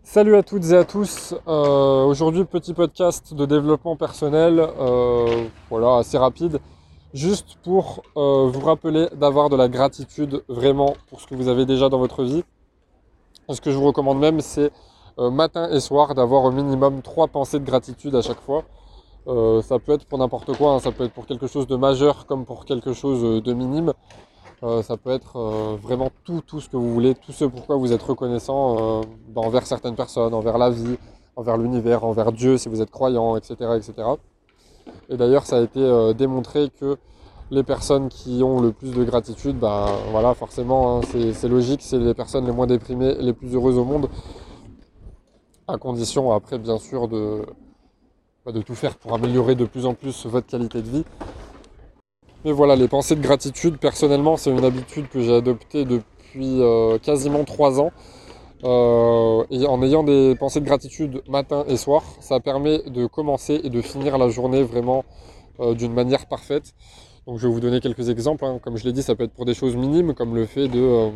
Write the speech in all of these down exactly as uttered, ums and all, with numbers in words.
Salut à toutes et à tous. Euh, aujourd'hui, petit podcast de développement personnel, euh, voilà, assez rapide, juste pour euh, vous rappeler d'avoir de la gratitude vraiment pour ce que vous avez déjà dans votre vie. Et ce que je vous recommande même, c'est euh, matin et soir d'avoir au minimum trois pensées de gratitude à chaque fois. Euh, ça peut être pour n'importe quoi, hein, ça peut être pour quelque chose de majeur comme pour quelque chose de minime. Euh, ça peut être euh, vraiment tout, tout ce que vous voulez, tout ce pourquoi vous êtes reconnaissant euh, bah, envers certaines personnes, envers la vie, envers l'univers, envers Dieu si vous êtes croyant, et cetera et cetera. Et d'ailleurs, ça a été euh, démontré que les personnes qui ont le plus de gratitude, bah, voilà, forcément, hein, c'est, c'est logique, c'est les personnes les moins déprimées et les plus heureuses au monde, à condition après, bien sûr, de, bah, de tout faire pour améliorer de plus en plus votre qualité de vie. Mais voilà, les pensées de gratitude, personnellement, c'est une habitude que j'ai adoptée depuis euh, quasiment trois ans. Euh, et en ayant des pensées de gratitude matin et soir, ça permet de commencer et de finir la journée vraiment euh, d'une manière parfaite. Donc je vais vous donner quelques exemples, hein. Comme je l'ai dit, ça peut être pour des choses minimes, comme le fait de, euh,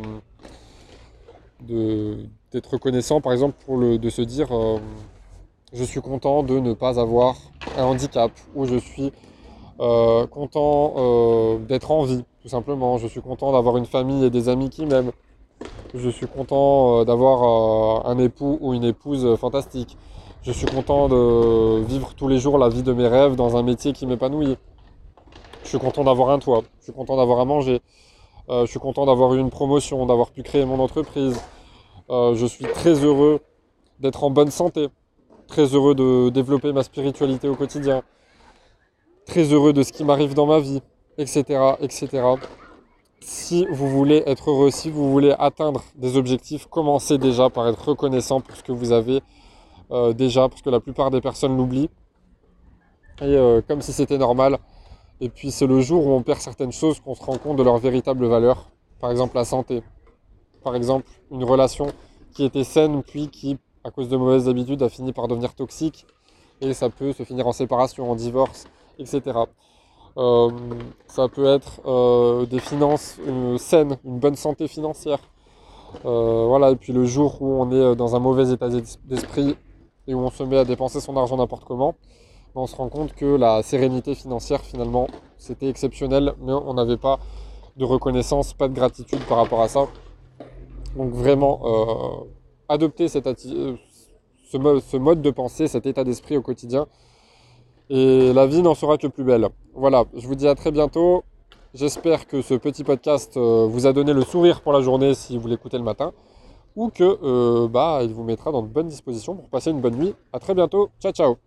de- d'être reconnaissant, par exemple, pour le, de se dire euh, je suis content de ne pas avoir un handicap, ou je suis Euh, content euh, d'être en vie, tout simplement. Je suis content d'avoir une famille et des amis qui m'aiment. Je suis content euh, d'avoir euh, un époux ou une épouse euh, fantastique. Je suis content de vivre tous les jours la vie de mes rêves dans un métier qui m'épanouit. Je suis content d'avoir un toit. Je suis content d'avoir à manger. Euh, je suis content d'avoir eu une promotion, d'avoir pu créer mon entreprise. Euh, je suis très heureux d'être en bonne santé. Très heureux de développer ma spiritualité au quotidien. Très heureux de ce qui m'arrive dans ma vie, et cetera, et cetera. Si vous voulez être heureux, si vous voulez atteindre des objectifs, commencez déjà par être reconnaissant pour ce que vous avez euh, déjà, parce que la plupart des personnes l'oublient, et euh, comme si c'était normal. Et puis c'est le jour où on perd certaines choses qu'on se rend compte de leur véritable valeur. Par exemple la santé, par exemple une relation qui était saine, puis qui, à cause de mauvaises habitudes, a fini par devenir toxique, et ça peut se finir en séparation, en divorce, et cetera. Euh, ça peut être euh, des finances euh, saines, une bonne santé financière. Euh, voilà, et puis le jour où on est dans un mauvais état d'esprit et où on se met à dépenser son argent n'importe comment, on se rend compte que la sérénité financière, finalement, c'était exceptionnel, mais on n'avait pas de reconnaissance, pas de gratitude par rapport à ça. Donc vraiment, euh, adopter cette atti- ce, mo- ce mode de pensée, cet état d'esprit au quotidien, et la vie n'en sera que plus belle. Voilà, je vous dis à très bientôt. J'espère que ce petit podcast euh, vous a donné le sourire pour la journée si vous l'écoutez le matin, ou que euh, bah, il vous mettra dans de bonnes dispositions pour passer une bonne nuit. À très bientôt. Ciao, ciao.